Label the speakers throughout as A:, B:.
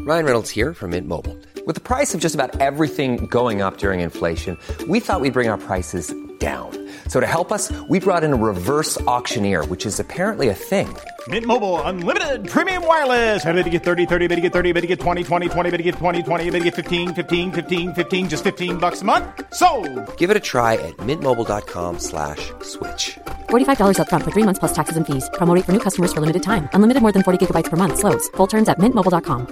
A: Ryan Reynolds here from Mint Mobile. With the price of just about everything going up during inflation, we thought we'd bring our prices down. So to help us, we brought in a reverse auctioneer, which is apparently a thing.
B: Mint Mobile Unlimited Premium Wireless. How to get 30, 30, how to get 30, how to get 20, 20, 20, how to get 20, 20, how to get 15, 15, 15, 15, just $15 a month? Sold!
A: Give it a try at mintmobile.com/switch.
C: $45 up front for 3 months plus taxes and fees. Promo rate for new customers for limited time. Unlimited more than 40 gigabytes per month. Slows full terms at mintmobile.com.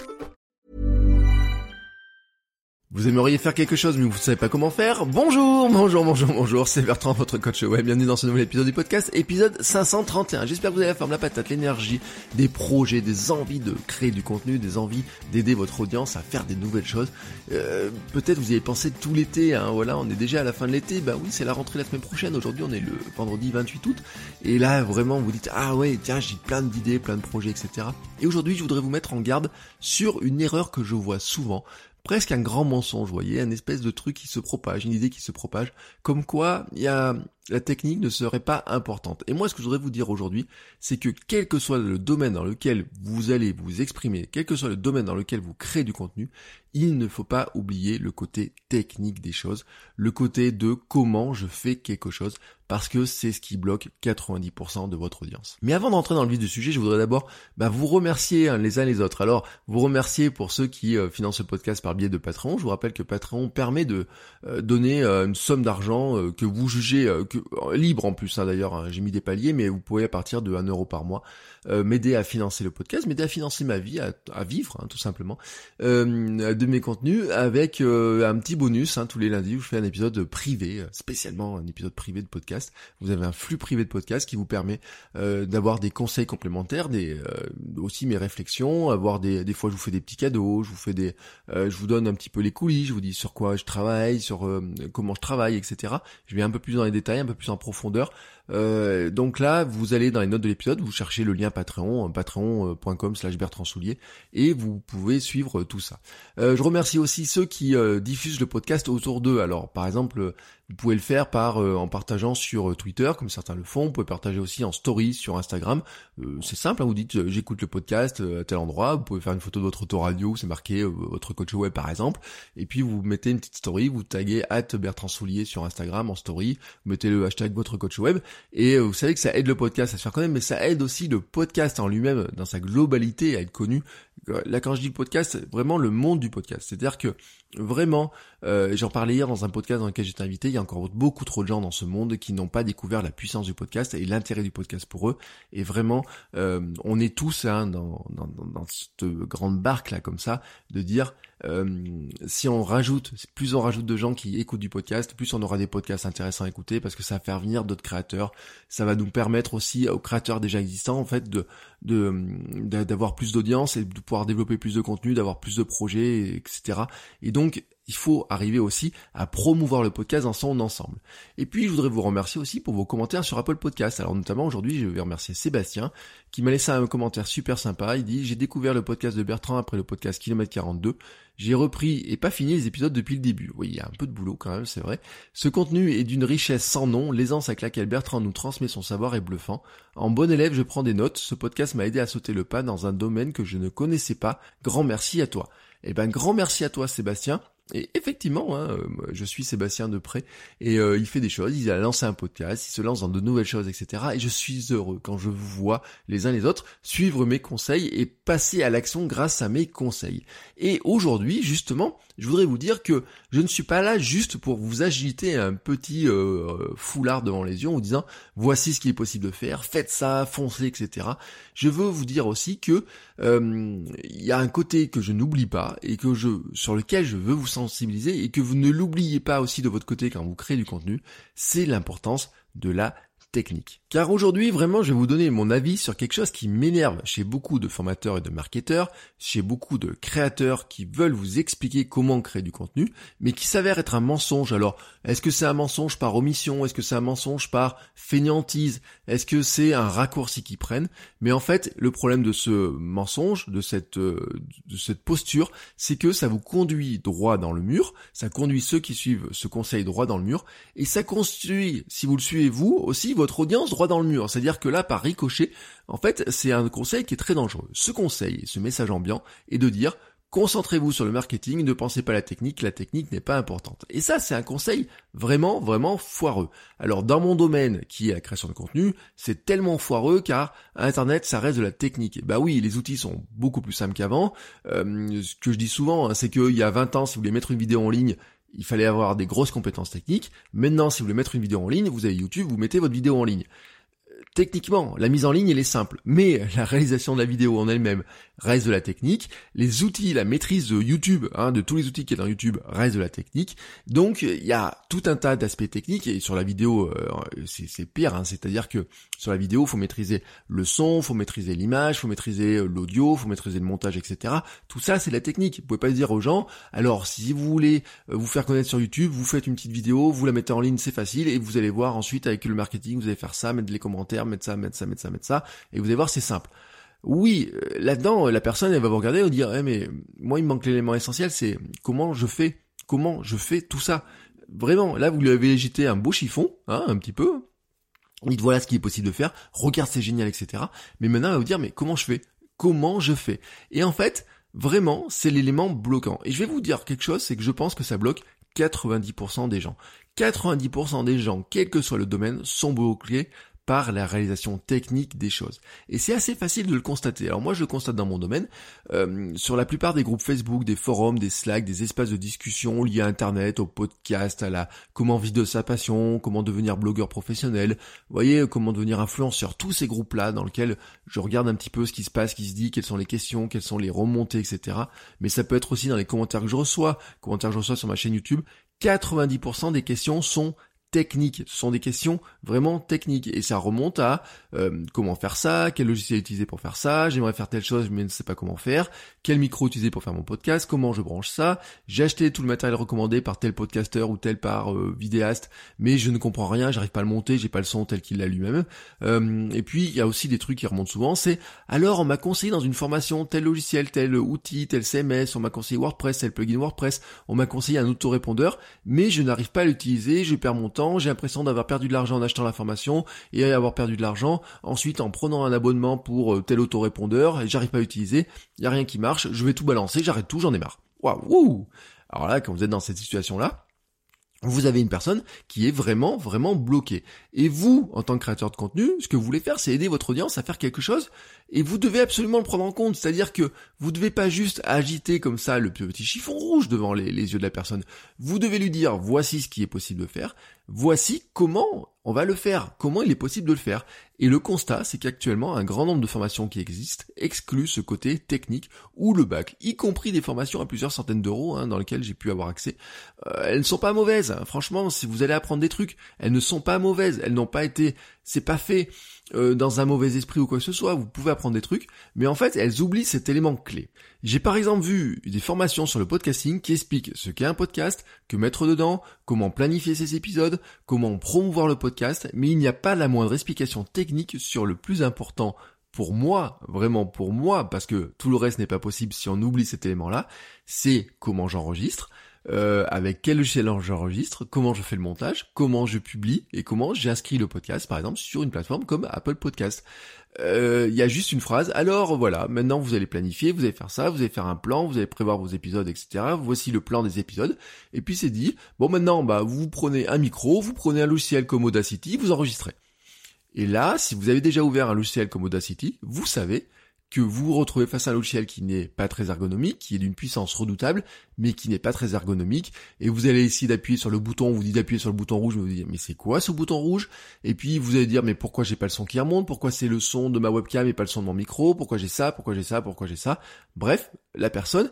D: Vous aimeriez faire quelque chose mais vous ne savez pas comment faire? Bonjour, c'est Bertrand, votre coach web. Bienvenue dans ce nouvel épisode du podcast, épisode 531. J'espère que vous avez la forme, la patate, l'énergie, des projets, des envies de créer du contenu, des envies d'aider votre audience à faire des nouvelles choses. Peut-être vous y avez pensé tout l'été, hein, voilà, on est déjà à la fin de l'été, bah oui, c'est la rentrée la semaine prochaine, aujourd'hui on est le vendredi 28 août, et là vraiment vous dites, ah ouais, tiens, j'ai plein d'idées, plein de projets, etc. Et aujourd'hui je voudrais vous mettre en garde sur une erreur que je vois souvent, presque un grand mensonge, vous voyez, un espèce de truc qui se propage, une idée qui se propage, comme quoi la technique ne serait pas importante. Et moi, ce que je voudrais vous dire aujourd'hui, c'est que quel que soit le domaine dans lequel vous allez vous exprimer, quel que soit le domaine dans lequel vous créez du contenu, il ne faut pas oublier le côté technique des choses, le côté de comment je fais quelque chose, parce que c'est ce qui bloque 90% de votre audience. Mais avant d'entrer dans le vif du sujet, je voudrais d'abord vous remercier les uns les autres. Alors, vous remercier pour ceux qui financent ce podcast par biais de Patreon. Je vous rappelle que Patreon permet de donner une somme d'argent que vous jugez libre en plus, hein, d'ailleurs, hein, j'ai mis des paliers, mais vous pouvez à partir de 1 euro par mois m'aider à financer le podcast, m'aider à financer ma vie, à vivre, hein, tout simplement, de mes contenus, avec un petit bonus, hein, tous les lundis, je fais un épisode privé, spécialement un épisode privé de podcast. Vous avez un flux privé de podcast qui vous permet d'avoir des conseils complémentaires, aussi mes réflexions, avoir des fois je vous fais des petits cadeaux, je vous donne un petit peu les coulisses, je vous dis sur quoi je travaille, sur comment je travaille, etc. Je vais un peu plus dans les détails, un peu plus en profondeur. Donc là, vous allez dans les notes de l'épisode, vous cherchez le lien Patreon, patreon.com/Bertrand Soulier, et vous pouvez suivre tout ça. Je remercie aussi ceux qui diffusent le podcast autour d'eux. Alors, par exemple, vous pouvez le faire en partageant sur Twitter, comme certains le font. Vous pouvez partager aussi en story sur Instagram. C'est simple, hein, vous dites j'écoute le podcast à tel endroit. Vous pouvez faire une photo de votre autoradio où c'est marqué votre coach web par exemple. Et puis vous mettez une petite story, vous taguez @Bertrand Soulier sur Instagram en story. Vous mettez le hashtag votre coach web. Et vous savez que ça aide le podcast à se faire connaître, mais ça aide aussi le podcast en lui-même dans sa globalité à être connu. Là, quand je dis le podcast, vraiment le monde du podcast. C'est-à-dire que vraiment, j'en parlais hier dans un podcast dans lequel j'étais invité, il y a encore beaucoup trop de gens dans ce monde qui n'ont pas découvert la puissance du podcast et l'intérêt du podcast pour eux. Et vraiment, on est tous dans cette grande barque là comme ça, de dire si on rajoute, plus on rajoute de gens qui écoutent du podcast, plus on aura des podcasts intéressants à écouter, parce que ça va faire venir d'autres créateurs. Ça va nous permettre aussi aux créateurs déjà existants en fait d'avoir plus d'audience et de pouvoir développer plus de contenu, d'avoir plus de projets, etc. Et donc il faut arriver aussi à promouvoir le podcast dans son ensemble. Et puis je voudrais vous remercier aussi pour vos commentaires sur Apple Podcast. Alors notamment aujourd'hui je vais remercier Sébastien qui m'a laissé un commentaire super sympa. Il dit: j'ai découvert le podcast de Bertrand après le podcast Kilomètre 42. J'ai repris et pas fini les épisodes depuis le début. Oui, il y a un peu de boulot quand même, c'est vrai. Ce contenu est d'une richesse sans nom. L'aisance avec laquelle Bertrand nous transmet son savoir est bluffant. En bon élève, je prends des notes. Ce podcast m'a aidé à sauter le pas dans un domaine que je ne connaissais pas. Grand merci à toi. Eh ben, grand merci à toi Sébastien. Et effectivement, hein, je suis Sébastien Depré et il fait des choses, il a lancé un podcast, il se lance dans de nouvelles choses, etc. Et je suis heureux quand je vous vois les uns les autres suivre mes conseils et passer à l'action grâce à mes conseils. Et aujourd'hui, justement, je voudrais vous dire que je ne suis pas là juste pour vous agiter un petit foulard devant les yeux en vous disant voici ce qu'il est possible de faire, faites ça, foncez, etc. Je veux vous dire aussi que il y a un côté que je n'oublie pas et sur lequel je veux vous sensibiliser et que vous ne l'oubliez pas aussi de votre côté quand vous créez du contenu, c'est l'importance de la technique. Car aujourd'hui, vraiment, je vais vous donner mon avis sur quelque chose qui m'énerve chez beaucoup de formateurs et de marketeurs, chez beaucoup de créateurs qui veulent vous expliquer comment créer du contenu, mais qui s'avère être un mensonge. Alors, est-ce que c'est un mensonge par omission? Est-ce que c'est un mensonge par fainéantise? Est-ce que c'est un raccourci qu'ils prennent? Mais en fait, le problème de ce mensonge, de cette posture, c'est que ça vous conduit droit dans le mur, ça conduit ceux qui suivent ce conseil droit dans le mur, et ça construit, si vous le suivez vous, aussi votre audience droit dans le mur. C'est-à-dire que là, par ricochet, en fait, c'est un conseil qui est très dangereux. Ce conseil, ce message ambiant, est de dire Concentrez-vous sur le marketing, ne pensez pas à la technique n'est pas importante. Et ça, c'est un conseil vraiment, vraiment foireux. Alors, dans mon domaine, qui est la création de contenu, c'est tellement foireux car Internet, ça reste de la technique. Bah oui, les outils sont beaucoup plus simples qu'avant. Ce que je dis souvent, c'est qu'il y a 20 ans, si vous voulez mettre une vidéo en ligne, il fallait avoir des grosses compétences techniques. Maintenant, si vous voulez mettre une vidéo en ligne, vous avez YouTube, vous mettez votre vidéo en ligne. Techniquement, la mise en ligne, elle est simple, mais la réalisation de la vidéo en elle-même reste de la technique. Les outils, la maîtrise de YouTube, de tous les outils qu'il y a dans YouTube, reste de la technique. Donc, il y a tout un tas d'aspects techniques, et sur la vidéo, c'est pire, c'est-à-dire que sur la vidéo, faut maîtriser le son, faut maîtriser l'image, faut maîtriser l'audio, faut maîtriser le montage, etc. Tout ça, c'est de la technique. Vous pouvez pas dire aux gens, alors si vous voulez vous faire connaître sur YouTube, vous faites une petite vidéo, vous la mettez en ligne, c'est facile, et vous allez voir ensuite avec le marketing, vous allez faire ça, mettre les commentaires, mettre ça, et vous allez voir, c'est simple. Oui, là-dedans, la personne, elle va vous regarder et vous dire, mais moi, il me manque l'élément essentiel, c'est comment je fais tout ça. Vraiment, là, vous lui avez jeté un beau chiffon, un petit peu. Dites, voilà ce qui est possible de faire, regarde, c'est génial, etc. Mais maintenant, elle va vous dire, mais comment je fais? Et en fait, vraiment, c'est l'élément bloquant. Et je vais vous dire quelque chose, c'est que je pense que ça bloque 90% des gens. 90% des gens, quel que soit le domaine, sont bloqués par la réalisation technique des choses. Et c'est assez facile de le constater. Alors moi, je le constate dans mon domaine. Sur la plupart des groupes Facebook, des forums, des Slack, des espaces de discussion liés à Internet, au podcast, à la comment vivre de sa passion, comment devenir blogueur professionnel, vous voyez, comment devenir influenceur, tous ces groupes-là dans lesquels je regarde un petit peu ce qui se passe, qui se dit, quelles sont les questions, quelles sont les remontées, etc. Mais ça peut être aussi dans les commentaires que je reçois sur ma chaîne YouTube. 90% des questions sont techniques, ce sont des questions vraiment techniques et ça remonte à comment faire ça, quel logiciel utiliser pour faire ça, j'aimerais faire telle chose mais je ne sais pas comment faire, quel micro utiliser pour faire mon podcast, comment je branche ça, j'ai acheté tout le matériel recommandé par tel podcasteur ou tel par vidéaste mais je ne comprends rien, j'arrive pas à le monter, j'ai pas le son tel qu'il l'a lui-même. Et puis il y a aussi des trucs qui remontent souvent, c'est alors on m'a conseillé dans une formation tel logiciel, tel outil, tel CMS, on m'a conseillé WordPress, tel plugin WordPress, on m'a conseillé un autorépondeur mais je n'arrive pas à l'utiliser, je perds mon temps, j'ai l'impression d'avoir perdu de l'argent en achetant la formation et avoir perdu de l'argent ensuite en prenant un abonnement pour tel autorépondeur et j'arrive pas à l'utiliser, il y a rien qui marche, je vais tout balancer, j'arrête tout, j'en ai marre. Waouh. Alors là, quand vous êtes dans cette situation-là, vous avez une personne qui est vraiment, vraiment bloquée. Et vous, en tant que créateur de contenu, ce que vous voulez faire, c'est aider votre audience à faire quelque chose et vous devez absolument le prendre en compte. C'est-à-dire que vous devez pas juste agiter comme ça le petit chiffon rouge devant les yeux de la personne. Vous devez lui dire, voici ce qui est possible de faire, voici comment on va le faire, comment il est possible de le faire. Et le constat, c'est qu'actuellement, un grand nombre de formations qui existent excluent ce côté technique ou le bac, y compris des formations à plusieurs centaines d'euros dans lesquelles j'ai pu avoir accès. Elles ne sont pas mauvaises, franchement, si vous allez apprendre des trucs, elles ne sont pas mauvaises, elles n'ont pas été, c'est pas fait dans un mauvais esprit ou quoi que ce soit, vous pouvez apprendre des trucs, mais en fait, elles oublient cet élément clé. J'ai par exemple vu des formations sur le podcasting qui expliquent ce qu'est un podcast, que mettre dedans, comment planifier ses épisodes, comment promouvoir le podcast, mais il n'y a pas la moindre explication technique sur le plus important pour moi, vraiment pour moi, parce que tout le reste n'est pas possible si on oublie cet élément-là, c'est comment j'enregistre, avec quel logiciel j'enregistre, comment je fais le montage, comment je publie et comment j'inscris le podcast, par exemple, sur une plateforme comme Apple Podcast. Il y a juste une phrase, alors voilà, maintenant vous allez planifier, vous allez faire ça, vous allez faire un plan, vous allez prévoir vos épisodes, etc. Voici le plan des épisodes. Et puis c'est dit, bon maintenant, vous prenez un micro, vous prenez un logiciel comme Audacity, vous enregistrez. Et là, si vous avez déjà ouvert un logiciel comme Audacity, vous savez que vous vous retrouvez face à un logiciel qui n'est pas très ergonomique, qui est d'une puissance redoutable, mais qui n'est pas très ergonomique, et vous allez essayer d'appuyer sur le bouton, on vous dit d'appuyer sur le bouton rouge, vous dites mais c'est quoi ce bouton rouge? Et puis vous allez dire mais pourquoi j'ai pas le son qui remonte, pourquoi c'est le son de ma webcam et pas le son de mon micro, pourquoi j'ai ça. Bref, la personne,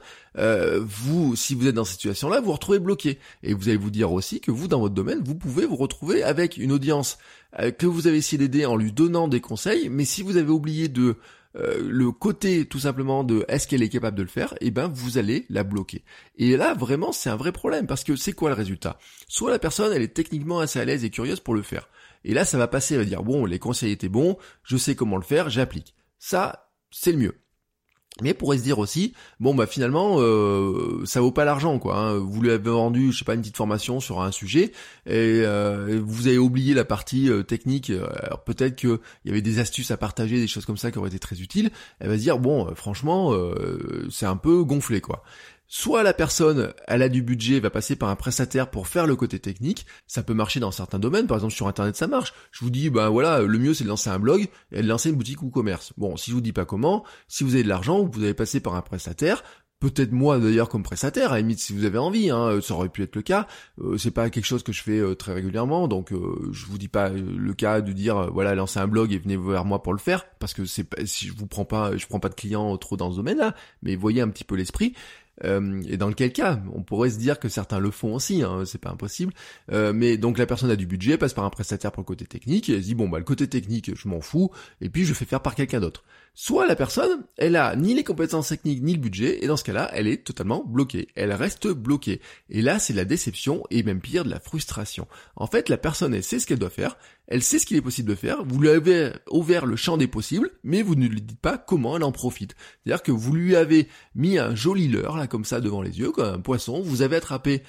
D: si vous êtes dans cette situation-là, vous vous retrouvez bloqué. Et vous allez vous dire aussi que vous, dans votre domaine, vous pouvez vous retrouver avec une audience que vous avez essayé d'aider en lui donnant des conseils, mais si vous avez oublié de le côté tout simplement de est-ce qu'elle est capable de le faire, vous allez la bloquer. Et là vraiment c'est un vrai problème parce que c'est quoi le résultat? Soit la personne elle est techniquement assez à l'aise et curieuse pour le faire. Et là ça va passer, elle va dire bon les conseils étaient bons, je sais comment le faire, j'applique. Ça c'est le mieux. Mais pourrait se dire aussi, bon bah finalement ça vaut pas l'argent quoi. Hein. Vous lui avez vendu, je sais pas, une petite formation sur un sujet et vous avez oublié la partie technique. Alors peut-être que il y avait des astuces à partager, des choses comme ça qui auraient été très utiles. Elle va se dire bon franchement c'est un peu gonflé quoi. Soit la personne, elle a du budget, va passer par un prestataire pour faire le côté technique. Ça peut marcher dans certains domaines, par exemple sur Internet ça marche. Je vous dis, ben voilà, le mieux c'est de lancer un blog et de lancer une boutique ou commerce. Bon, si je vous dis pas comment, si vous avez de l'argent, vous allez passer par un prestataire. Peut-être moi d'ailleurs comme prestataire, à la limite si vous avez envie, hein, ça aurait pu être le cas. C'est pas quelque chose que je fais très régulièrement, donc je vous dis pas le cas de dire voilà lancez un blog et venez vers moi pour le faire, parce que c'est pas, si je prends pas de clients trop dans ce domaine-là, mais voyez un petit peu l'esprit. Et dans quel cas, on pourrait se dire que certains le font aussi, hein, c'est pas impossible. Mais donc la personne a du budget, passe par un prestataire pour le côté technique, et elle se dit bon bah le côté technique je m'en fous, et puis je fais faire par quelqu'un d'autre. Soit la personne, elle a ni les compétences techniques ni le budget, et dans ce cas-là, elle est totalement bloquée. Elle reste bloquée. Et là, c'est la déception, et même pire, de la frustration. En fait, la personne, elle sait ce qu'elle doit faire, elle sait ce qu'il est possible de faire, vous lui avez ouvert le champ des possibles, mais vous ne lui dites pas comment elle en profite. C'est-à-dire que vous lui avez mis un joli leurre, là, comme ça, devant les yeux, comme un poisson, vous avez attrapé...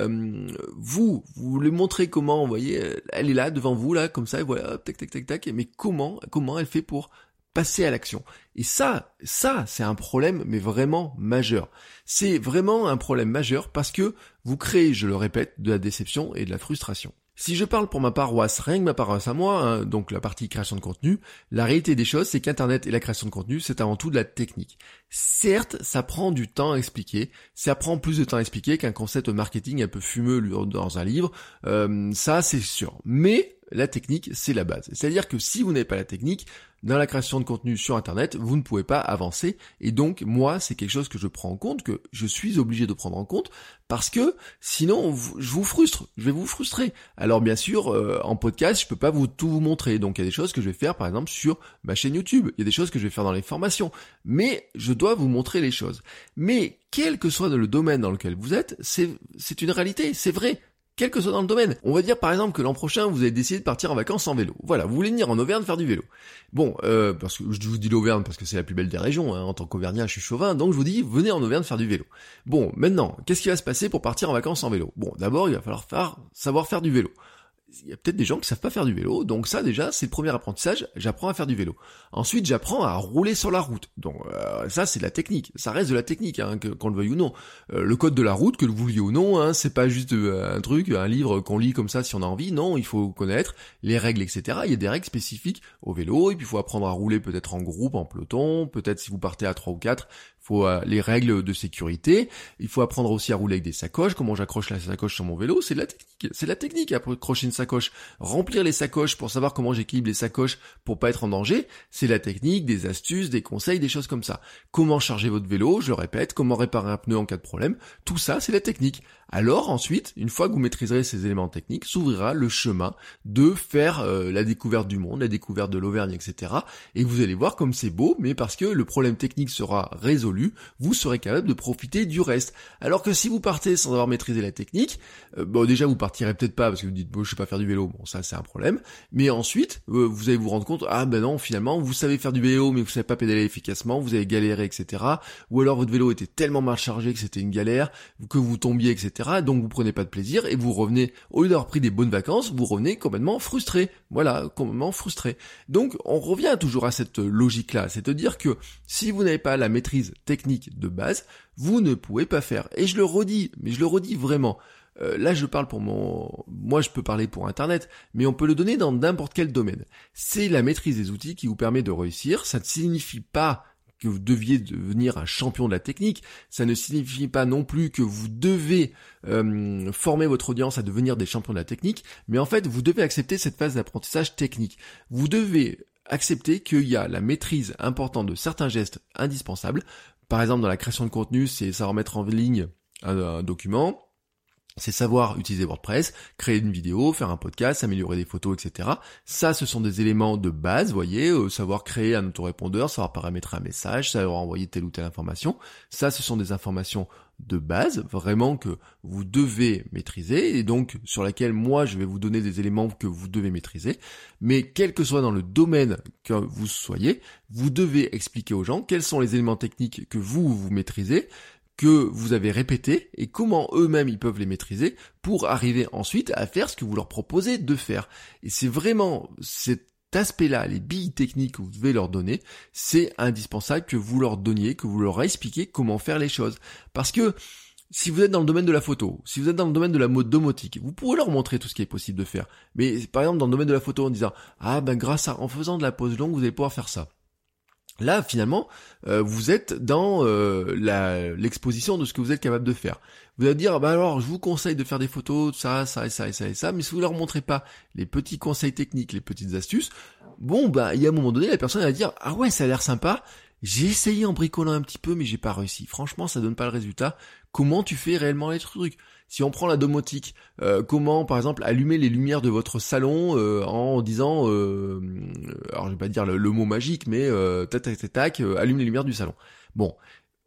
D: vous lui montrez comment, vous voyez, elle est là, devant vous, là, comme ça, et voilà, tac, tac, tac, tac, mais comment elle fait pour passer à l'action. Et ça, c'est un problème, mais vraiment majeur. C'est vraiment un problème majeur parce que vous créez, je le répète, de la déception et de la frustration. Si je parle pour ma paroisse, rien que ma paroisse à moi, hein, donc la partie création de contenu, la réalité des choses, c'est qu'Internet et la création de contenu, c'est avant tout de la technique. Certes, ça prend du temps à expliquer, ça prend plus de temps à expliquer qu'un concept marketing un peu fumeux dans un livre, ça c'est sûr. Mais la technique, c'est la base. C'est-à-dire que si vous n'avez pas la technique, dans la création de contenu sur Internet, vous ne pouvez pas avancer. Et donc, moi, c'est quelque chose que je prends en compte, que je suis obligé de prendre en compte, parce que sinon, je vous frustre. Je vais vous frustrer. Alors, bien sûr, en podcast, je peux pas tout vous montrer. Donc, il y a des choses que je vais faire, par exemple, sur ma chaîne YouTube. Il y a des choses que je vais faire dans les formations. Mais je dois vous montrer les choses. Mais, quel que soit le domaine dans lequel vous êtes, c'est une réalité, c'est vrai. Quel que soit dans le domaine. On va dire par exemple que l'an prochain, vous avez décidé de partir en vacances en vélo. Voilà, vous voulez venir en Auvergne faire du vélo. Bon, parce que je vous dis l'Auvergne parce que c'est la plus belle des régions, hein. En tant qu'Auvergnat, je suis chauvin, donc je vous dis, venez en Auvergne faire du vélo. Bon, maintenant, qu'est-ce qui va se passer pour partir en vacances en vélo? Bon, d'abord, il va falloir savoir faire du vélo. Il y a peut-être des gens qui savent pas faire du vélo, donc ça déjà c'est le premier apprentissage, j'apprends à faire du vélo. Ensuite j'apprends à rouler sur la route, donc ça c'est de la technique, ça reste de la technique, hein, qu'on le veuille ou non. Le code de la route, que vous vouliez ou non, hein, c'est pas juste un livre qu'on lit comme ça si on a envie, non, il faut connaître les règles, etc. Il y a des règles spécifiques au vélo, et puis il faut apprendre à rouler peut-être en groupe, en peloton, peut-être si vous partez à 3 ou 4, il faut les règles de sécurité, il faut apprendre aussi à rouler avec des sacoches, comment j'accroche la sacoche sur mon vélo, c'est de la technique, accrocher une sacoche, remplir les sacoches pour savoir comment j'équilibre les sacoches pour pas être en danger, c'est la technique, des astuces, des conseils, des choses comme ça. Comment charger votre vélo, je le répète, comment réparer un pneu en cas de problème, tout ça c'est la technique. Alors ensuite, une fois que vous maîtriserez ces éléments techniques, s'ouvrira le chemin de faire la découverte du monde, la découverte de l'Auvergne, etc. Et vous allez voir comme c'est beau, mais parce que le problème technique sera résolu, vous serez capable de profiter du reste. Alors que si vous partez sans avoir maîtrisé la technique, bon déjà vous partirez peut-être pas parce que vous dites bon je sais pas faire du vélo, bon ça c'est un problème. Mais ensuite vous allez vous rendre compte ah ben non finalement vous savez faire du vélo mais vous savez pas pédaler efficacement, vous avez galéré etc. Ou alors votre vélo était tellement mal chargé que c'était une galère, que vous tombiez etc. Donc vous prenez pas de plaisir et vous revenez, au lieu d'avoir pris des bonnes vacances, vous revenez complètement frustré. Voilà, complètement frustré. Donc on revient toujours à cette logique-là, c'est-à-dire que si vous n'avez pas la maîtrise technique de base, vous ne pouvez pas faire. Et je le redis, mais je le redis vraiment. Là je parle pour moi je peux parler pour Internet, mais on peut le donner dans n'importe quel domaine. C'est la maîtrise des outils qui vous permet de réussir. Ça ne signifie pas que vous deviez devenir un champion de la technique, ça ne signifie pas non plus que vous devez former votre audience à devenir des champions de la technique, mais en fait vous devez accepter cette phase d'apprentissage technique. Vous devez accepter qu'il y a la maîtrise importante de certains gestes indispensables. Par exemple dans la création de contenu, c'est savoir mettre en ligne un document. C'est savoir utiliser WordPress, créer une vidéo, faire un podcast, améliorer des photos, etc. Ça, ce sont des éléments de base, vous voyez, savoir créer un autorépondeur, savoir paramétrer un message, savoir envoyer telle ou telle information. Ça, ce sont des informations de base, vraiment que vous devez maîtriser, et donc sur laquelle moi, je vais vous donner des éléments que vous devez maîtriser. Mais quel que soit dans le domaine que vous soyez, vous devez expliquer aux gens quels sont les éléments techniques que vous maîtrisez, que vous avez répété et comment eux-mêmes ils peuvent les maîtriser pour arriver ensuite à faire ce que vous leur proposez de faire. Et c'est vraiment cet aspect-là, les billes techniques que vous devez leur donner, c'est indispensable que vous leur donniez, que vous leur expliquiez comment faire les choses. Parce que si vous êtes dans le domaine de la photo, si vous êtes dans le domaine de la domotique, vous pourrez leur montrer tout ce qui est possible de faire. Mais par exemple dans le domaine de la photo en disant « Ah ben en faisant de la pose longue, vous allez pouvoir faire ça ». Là, finalement, vous êtes dans l'exposition de ce que vous êtes capable de faire. Vous allez dire, bah alors, je vous conseille de faire des photos, ça, et ça, mais si vous leur montrez pas les petits conseils techniques, les petites astuces, bon, bah, il y a un moment donné, la personne va dire, ah ouais, ça a l'air sympa, j'ai essayé en bricolant un petit peu, mais j'ai pas réussi. Franchement, ça donne pas le résultat. Comment tu fais réellement les trucs ? Si on prend la domotique, comment par exemple allumer les lumières de votre salon en disant, alors je vais pas dire le mot magique, mais tac, allume les lumières du salon. Bon,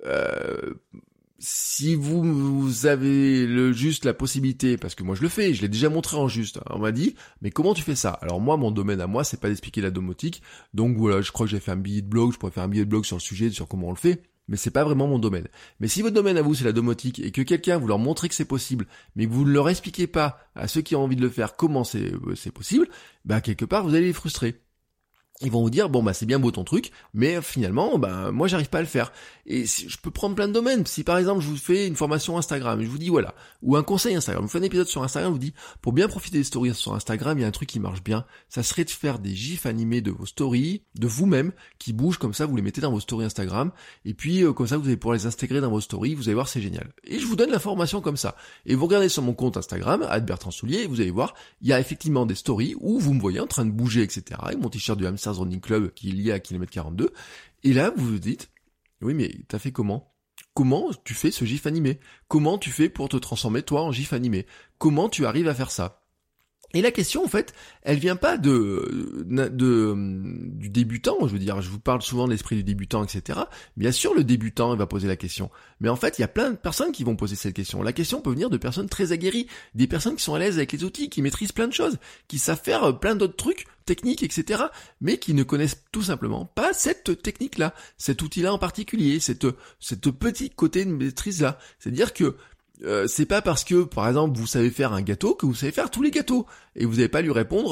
D: si vous avez juste la possibilité, parce que moi je le fais, je l'ai déjà montré en juste, on m'a dit, mais comment tu fais ça ? Alors moi, mon domaine à moi, c'est pas d'expliquer la domotique, donc voilà, je crois que j'ai fait un billet de blog, je pourrais faire un billet de blog sur le sujet, sur comment on le fait, mais c'est pas vraiment mon domaine. Mais si votre domaine à vous c'est la domotique et que quelqu'un vous leur montrez que c'est possible, mais que vous ne leur expliquez pas à ceux qui ont envie de le faire comment c'est possible, bah quelque part vous allez les frustrer. Ils vont vous dire, bon bah c'est bien beau ton truc, mais finalement, bah moi j'arrive pas à le faire. Et je peux prendre plein de domaines. Si par exemple je vous fais une formation Instagram, je vous dis voilà, ou un conseil Instagram, je vous fais un épisode sur Instagram, je vous dis, pour bien profiter des stories sur Instagram, il y a un truc qui marche bien, ça serait de faire des gifs animés de vos stories, de vous-même, qui bougent comme ça, vous les mettez dans vos stories Instagram, et puis comme ça vous allez pouvoir les intégrer dans vos stories, vous allez voir c'est génial. Et je vous donne l'information comme ça. Et vous regardez sur mon compte Instagram, @BertrandSoulier, et vous allez voir, il y a effectivement des stories où vous me voyez en train de bouger, etc. avec mon t-shirt du Hamsters Running Club qui est lié à kilomètre 42, et là vous vous dites, oui mais t'as fait comment ? Comment tu fais ce gif animé ? Comment tu fais pour te transformer toi en gif animé ? Comment tu arrives à faire ça ? Et la question, en fait, elle vient pas du débutant, je veux dire, je vous parle souvent de l'esprit du débutant, etc. Bien sûr, le débutant, il va poser la question. Mais en fait, il y a plein de personnes qui vont poser cette question. La question peut venir de personnes très aguerries, des personnes qui sont à l'aise avec les outils, qui maîtrisent plein de choses, qui savent faire plein d'autres trucs, techniques, etc., mais qui ne connaissent tout simplement pas cette technique-là, cet outil-là en particulier, cette petite côté de maîtrise-là. C'est-à-dire que c'est pas parce que, par exemple, vous savez faire un gâteau que vous savez faire tous les gâteaux. Et vous n'avez pas lui répondre,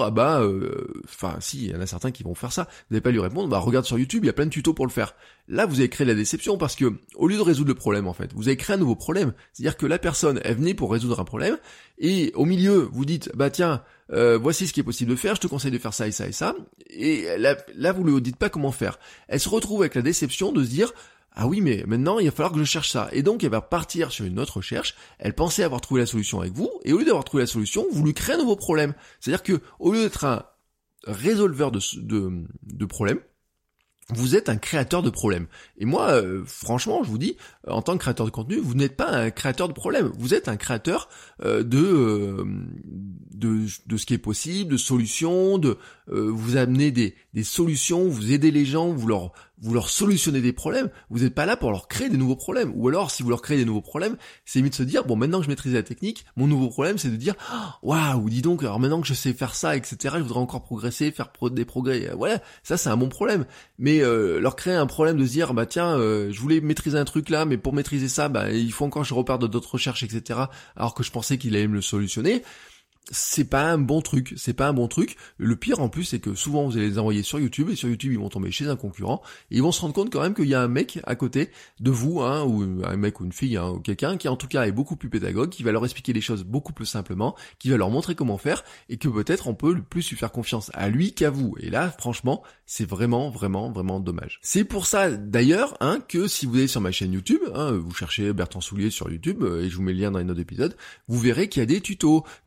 D: si, il y en a certains qui vont faire ça. Vous n'avez pas lui répondre, regarde sur YouTube, il y a plein de tutos pour le faire. Là, vous avez créé la déception parce que, au lieu de résoudre le problème, en fait, vous avez créé un nouveau problème. C'est-à-dire que la personne est venue pour résoudre un problème, et au milieu, vous dites, tiens, voici ce qui est possible de faire, je te conseille de faire ça et ça et ça. Et là, vous lui dites pas comment faire. Elle se retrouve avec la déception de se dire, ah oui, mais maintenant, il va falloir que je cherche ça. Et donc, elle va partir sur une autre recherche. Elle pensait avoir trouvé la solution avec vous. Et au lieu d'avoir trouvé la solution, vous lui créez un nouveau problème. C'est-à-dire que, au lieu d'être un résolveur de problèmes, vous êtes un créateur de problèmes. Et moi, franchement, je vous dis, en tant que créateur de contenu, vous n'êtes pas un créateur de problèmes. Vous êtes un créateur de ce qui est possible, de solutions, vous amenez des solutions, vous aidez les gens, vous leur solutionnez des problèmes. Vous n'êtes pas là pour leur créer des nouveaux problèmes. Ou alors, si vous leur créez des nouveaux problèmes, c'est mieux de se dire, bon, maintenant que je maîtrise la technique, mon nouveau problème, c'est de dire, waouh, dis donc, alors maintenant que je sais faire ça, etc., je voudrais encore progresser, faire des progrès. Voilà, ça, c'est un bon problème. Mais leur créer un problème de se dire, tiens, je voulais maîtriser un truc là, mais pour maîtriser ça, il faut encore que je reparte de d'autres recherches, etc., alors que je pensais qu'il allait me le solutionner. C'est pas un bon truc, Le pire en plus, c'est que souvent vous allez les envoyer sur YouTube, et sur YouTube ils vont tomber chez un concurrent, et ils vont se rendre compte quand même qu'il y a un mec à côté de vous, ou un mec ou une fille, ou quelqu'un qui en tout cas est beaucoup plus pédagogue, qui va leur expliquer les choses beaucoup plus simplement, qui va leur montrer comment faire, et que peut-être on peut plus lui faire confiance à lui qu'à vous. Et là, franchement, c'est vraiment, vraiment, vraiment dommage. C'est pour ça d'ailleurs, que si vous allez sur ma chaîne YouTube, vous cherchez Bertrand Soulier sur YouTube, et je vous mets le lien dans les notes d'épisode, vous verrez qu'il y a des tutos, que mes formations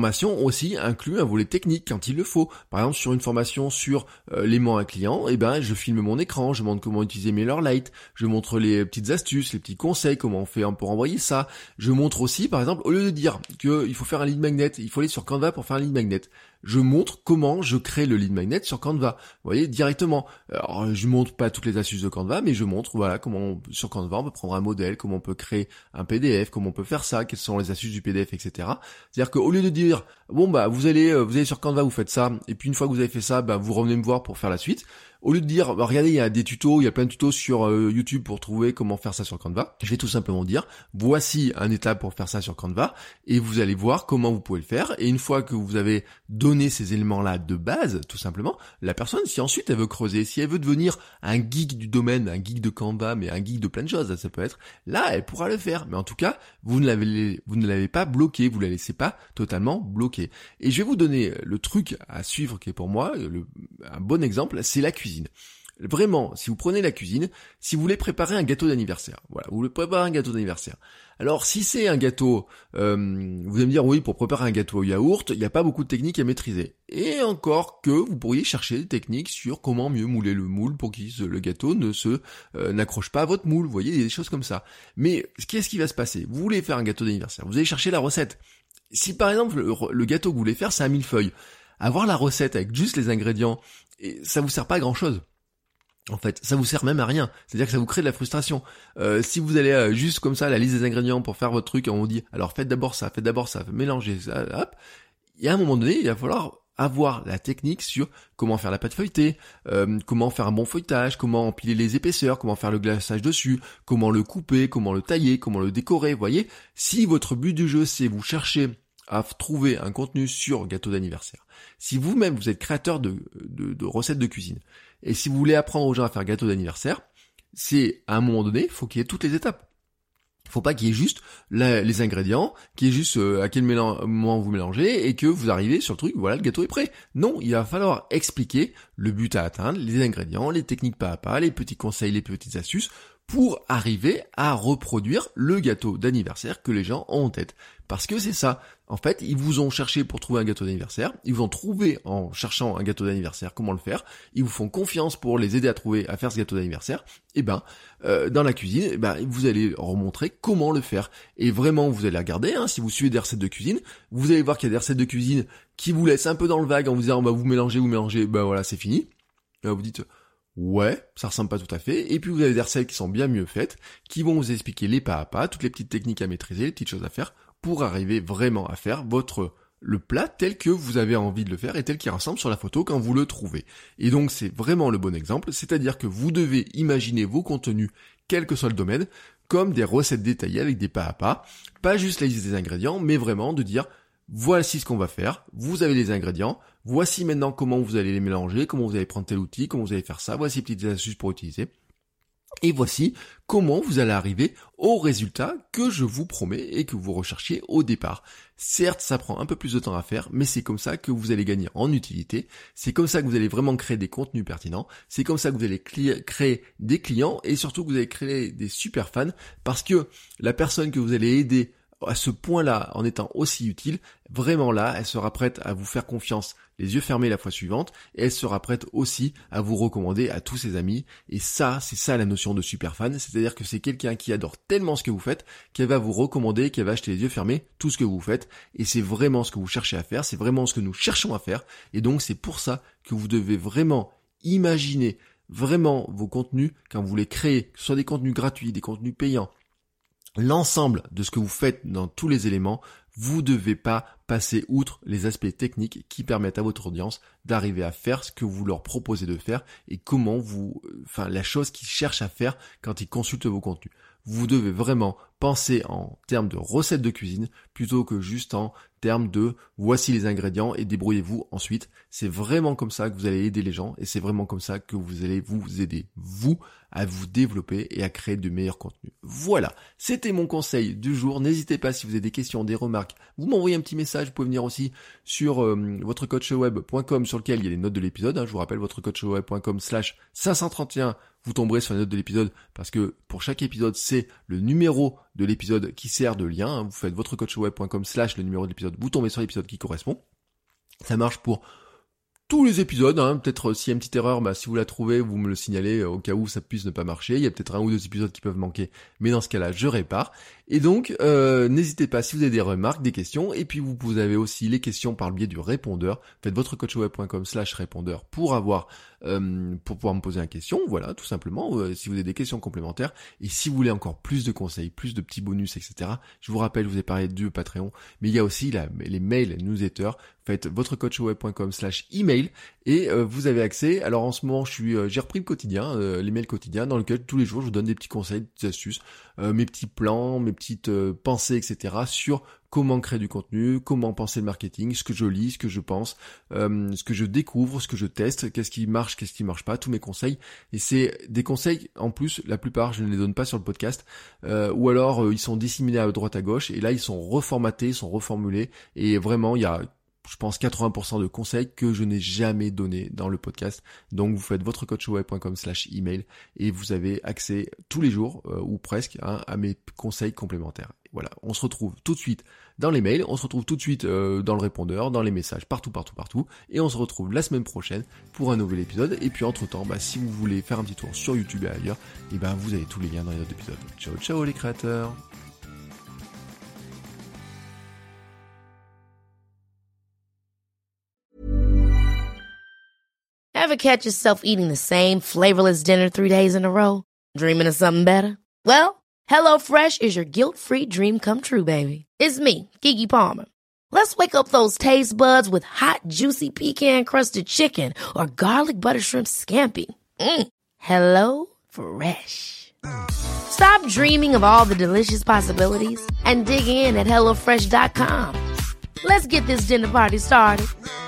D: formation aussi inclut un volet technique quand il le faut. Par exemple, sur une formation sur l'aimant à client, je filme mon écran, je montre comment utiliser MailerLite, je montre les petites astuces, les petits conseils, comment on fait pour envoyer ça. Je montre aussi, par exemple, au lieu de dire qu'il faut faire un lead magnet, il faut aller sur Canva pour faire un lead magnet, je montre comment je crée le lead magnet sur Canva. Vous voyez, directement. Alors, je montre pas toutes les astuces de Canva, mais je montre, voilà, comment sur Canva, on peut prendre un modèle, comment on peut créer un PDF, comment on peut faire ça, quelles sont les astuces du PDF, etc. C'est-à-dire qu'au lieu de dire, vous allez sur Canva, vous faites ça, et puis une fois que vous avez fait ça, vous revenez me voir pour faire la suite. Au lieu de dire, regardez, il y a des tutos, il y a plein de tutos sur YouTube pour trouver comment faire ça sur Canva, je vais tout simplement dire, voici un étape pour faire ça sur Canva, et vous allez voir comment vous pouvez le faire, et une fois que vous avez donné ces éléments-là de base, tout simplement, la personne, si ensuite elle veut creuser, si elle veut devenir un geek du domaine, un geek de Canva, mais un geek de plein de choses, ça peut être, là, elle pourra le faire. Mais en tout cas, vous ne l'avez pas bloqué, vous la laissez pas totalement bloquée. Et je vais vous donner le truc à suivre qui est pour moi, un bon exemple, c'est la cuisine. Vraiment, si vous prenez la cuisine, si vous voulez préparer un gâteau d'anniversaire, voilà, vous voulez préparer un gâteau d'anniversaire. Alors, si c'est un gâteau, vous allez me dire, oui, pour préparer un gâteau au yaourt, il n'y a pas beaucoup de techniques à maîtriser. Et encore que vous pourriez chercher des techniques sur comment mieux mouler le moule pour que le gâteau n'accroche pas à votre moule. Vous voyez, des choses comme ça. Mais, qu'est-ce qui va se passer? Vous voulez faire un gâteau d'anniversaire, vous allez chercher la recette. Si par exemple, le gâteau que vous voulez faire, c'est un millefeuille, avoir la recette avec juste les ingrédients, et ça vous sert pas à grand chose. En fait, ça vous sert même à rien. C'est-à-dire que ça vous crée de la frustration. Si vous allez juste comme ça à la liste des ingrédients pour faire votre truc, et on vous dit, alors faites d'abord ça, mélangez ça, hop. Il y a un moment donné, il va falloir avoir la technique sur comment faire la pâte feuilletée, comment faire un bon feuilletage, comment empiler les épaisseurs, comment faire le glaçage dessus, comment le couper, comment le tailler, comment le décorer. Vous voyez, si votre but du jeu, c'est vous chercher à trouver un contenu sur gâteau d'anniversaire, si vous-même vous êtes créateur de recettes de cuisine, et si vous voulez apprendre aux gens à faire gâteau d'anniversaire, c'est à un moment donné, il faut qu'il y ait toutes les étapes. Il faut pas qu'il y ait juste les ingrédients, qu'il y ait juste à quel moment vous mélangez et que vous arrivez sur le truc, voilà, le gâteau est prêt. Non, il va falloir expliquer le but à atteindre, les ingrédients, les techniques pas à pas, les petits conseils, les petites astuces pour arriver à reproduire le gâteau d'anniversaire que les gens ont en tête. Parce que c'est ça. En fait, ils vous ont cherché pour trouver un gâteau d'anniversaire. Ils vous ont trouvé en cherchant un gâteau d'anniversaire, comment le faire. Ils vous font confiance pour les aider à faire ce gâteau d'anniversaire. Et dans la cuisine, vous allez leur montrer comment le faire. Et vraiment, vous allez regarder, si vous suivez des recettes de cuisine, vous allez voir qu'il y a des recettes de cuisine qui vous laissent un peu dans le vague en vous disant, vous mélangez, voilà, c'est fini. Et là, vous dites, ouais, ça ressemble pas tout à fait. Et puis vous avez des recettes qui sont bien mieux faites, qui vont vous expliquer les pas à pas, toutes les petites techniques à maîtriser, les petites choses à faire, pour arriver vraiment à faire le plat tel que vous avez envie de le faire et tel qu'il ressemble sur la photo quand vous le trouvez. Et donc c'est vraiment le bon exemple, c'est-à-dire que vous devez imaginer vos contenus, quel que soit le domaine, comme des recettes détaillées avec des pas à pas juste la liste des ingrédients, mais vraiment de dire, voici ce qu'on va faire, vous avez les ingrédients, voici maintenant comment vous allez les mélanger, comment vous allez prendre tel outil, comment vous allez faire ça, voici les petites astuces pour utiliser. Et voici comment vous allez arriver au résultat que je vous promets et que vous recherchiez au départ. Certes, ça prend un peu plus de temps à faire, mais c'est comme ça que vous allez gagner en utilité. C'est comme ça que vous allez vraiment créer des contenus pertinents. C'est comme ça que vous allez créer des clients et surtout que vous allez créer des super fans parce que la personne que vous allez aider à ce point-là, en étant aussi utile, vraiment là, elle sera prête à vous faire confiance les yeux fermés la fois suivante, et elle sera prête aussi à vous recommander à tous ses amis. Et ça, c'est ça la notion de super fan, c'est-à-dire que c'est quelqu'un qui adore tellement ce que vous faites, qu'elle va vous recommander, qu'elle va acheter les yeux fermés tout ce que vous faites, et c'est vraiment ce que vous cherchez à faire, c'est vraiment ce que nous cherchons à faire, et donc c'est pour ça que vous devez vraiment imaginer vraiment vos contenus quand vous les créez, que ce soit des contenus gratuits, des contenus payants, l'ensemble de ce que vous faites dans tous les éléments, vous devez pas passer outre les aspects techniques qui permettent à votre audience d'arriver à faire ce que vous leur proposez de faire et la chose qu'ils cherchent à faire quand ils consultent vos contenus. Vous devez vraiment penser en termes de recettes de cuisine plutôt que juste en termes de voici les ingrédients et débrouillez-vous ensuite. C'est vraiment comme ça que vous allez aider les gens et c'est vraiment comme ça que vous allez vous aider, vous, à vous développer et à créer de meilleurs contenus. Voilà, c'était mon conseil du jour. N'hésitez pas si vous avez des questions, des remarques, vous m'envoyez un petit message. Vous pouvez venir aussi sur votrecoachweb.com sur lequel il y a les notes de l'épisode. Je vous rappelle, votrecoachweb.com/531 vous tomberez sur les notes de l'épisode parce que pour chaque épisode, c'est le numéro de l'épisode qui sert de lien. Vous faites votrecoachweb.com/ le numéro de l'épisode, vous tombez sur l'épisode qui correspond. Ça marche pour tous les épisodes, peut-être s'il y a une petite erreur, si vous la trouvez, vous me le signalez au cas où ça puisse ne pas marcher. Il y a peut-être 1 ou 2 épisodes qui peuvent manquer, mais dans ce cas-là, je répare. Et donc, n'hésitez pas si vous avez des remarques, des questions, et puis vous avez aussi les questions par le biais du répondeur. Faites votrecoachweb.com/ répondeur pour pouvoir me poser une question, voilà, tout simplement, si vous avez des questions complémentaires, et si vous voulez encore plus de conseils, plus de petits bonus, etc., je vous rappelle, je vous ai parlé du Patreon, mais il y a aussi les mails, les newsletters. Faites votrecoachweb.com/ email, et vous avez accès. Alors en ce moment, j'ai repris le quotidien, l'email quotidien, dans lequel tous les jours, je vous donne des petits conseils, des petites astuces, mes petits plans, mes petites pensées, etc., sur comment créer du contenu, comment penser le marketing, ce que je lis, ce que je pense, ce que je découvre, ce que je teste, qu'est-ce qui marche pas, tous mes conseils. Et c'est des conseils, en plus, la plupart, je ne les donne pas sur le podcast, ou alors ils sont disséminés à droite à gauche, et là, ils sont reformatés, ils sont reformulés, et vraiment, il y a, je pense, 80% de conseils que je n'ai jamais donnés dans le podcast. Donc vous faites votrecoachweb.com/ email et vous avez accès tous les jours, ou presque, à mes conseils complémentaires. Et voilà, on se retrouve tout de suite dans les mails, on se retrouve tout de suite dans le répondeur, dans les messages, partout. Et on se retrouve la semaine prochaine pour un nouvel épisode. Et puis entre-temps, si vous voulez faire un petit tour sur YouTube et ailleurs, vous avez tous les liens dans les autres épisodes. Ciao les créateurs.
E: Ever catch yourself eating the same flavorless dinner 3 days in a row? Dreaming of something better? Well, HelloFresh is your guilt-free dream come true, baby. It's me, Keke Palmer. Let's wake up those taste buds with hot, juicy pecan-crusted chicken or garlic butter shrimp scampi. Hello Fresh. Stop dreaming of all the delicious possibilities and dig in at HelloFresh.com. Let's get this dinner party started.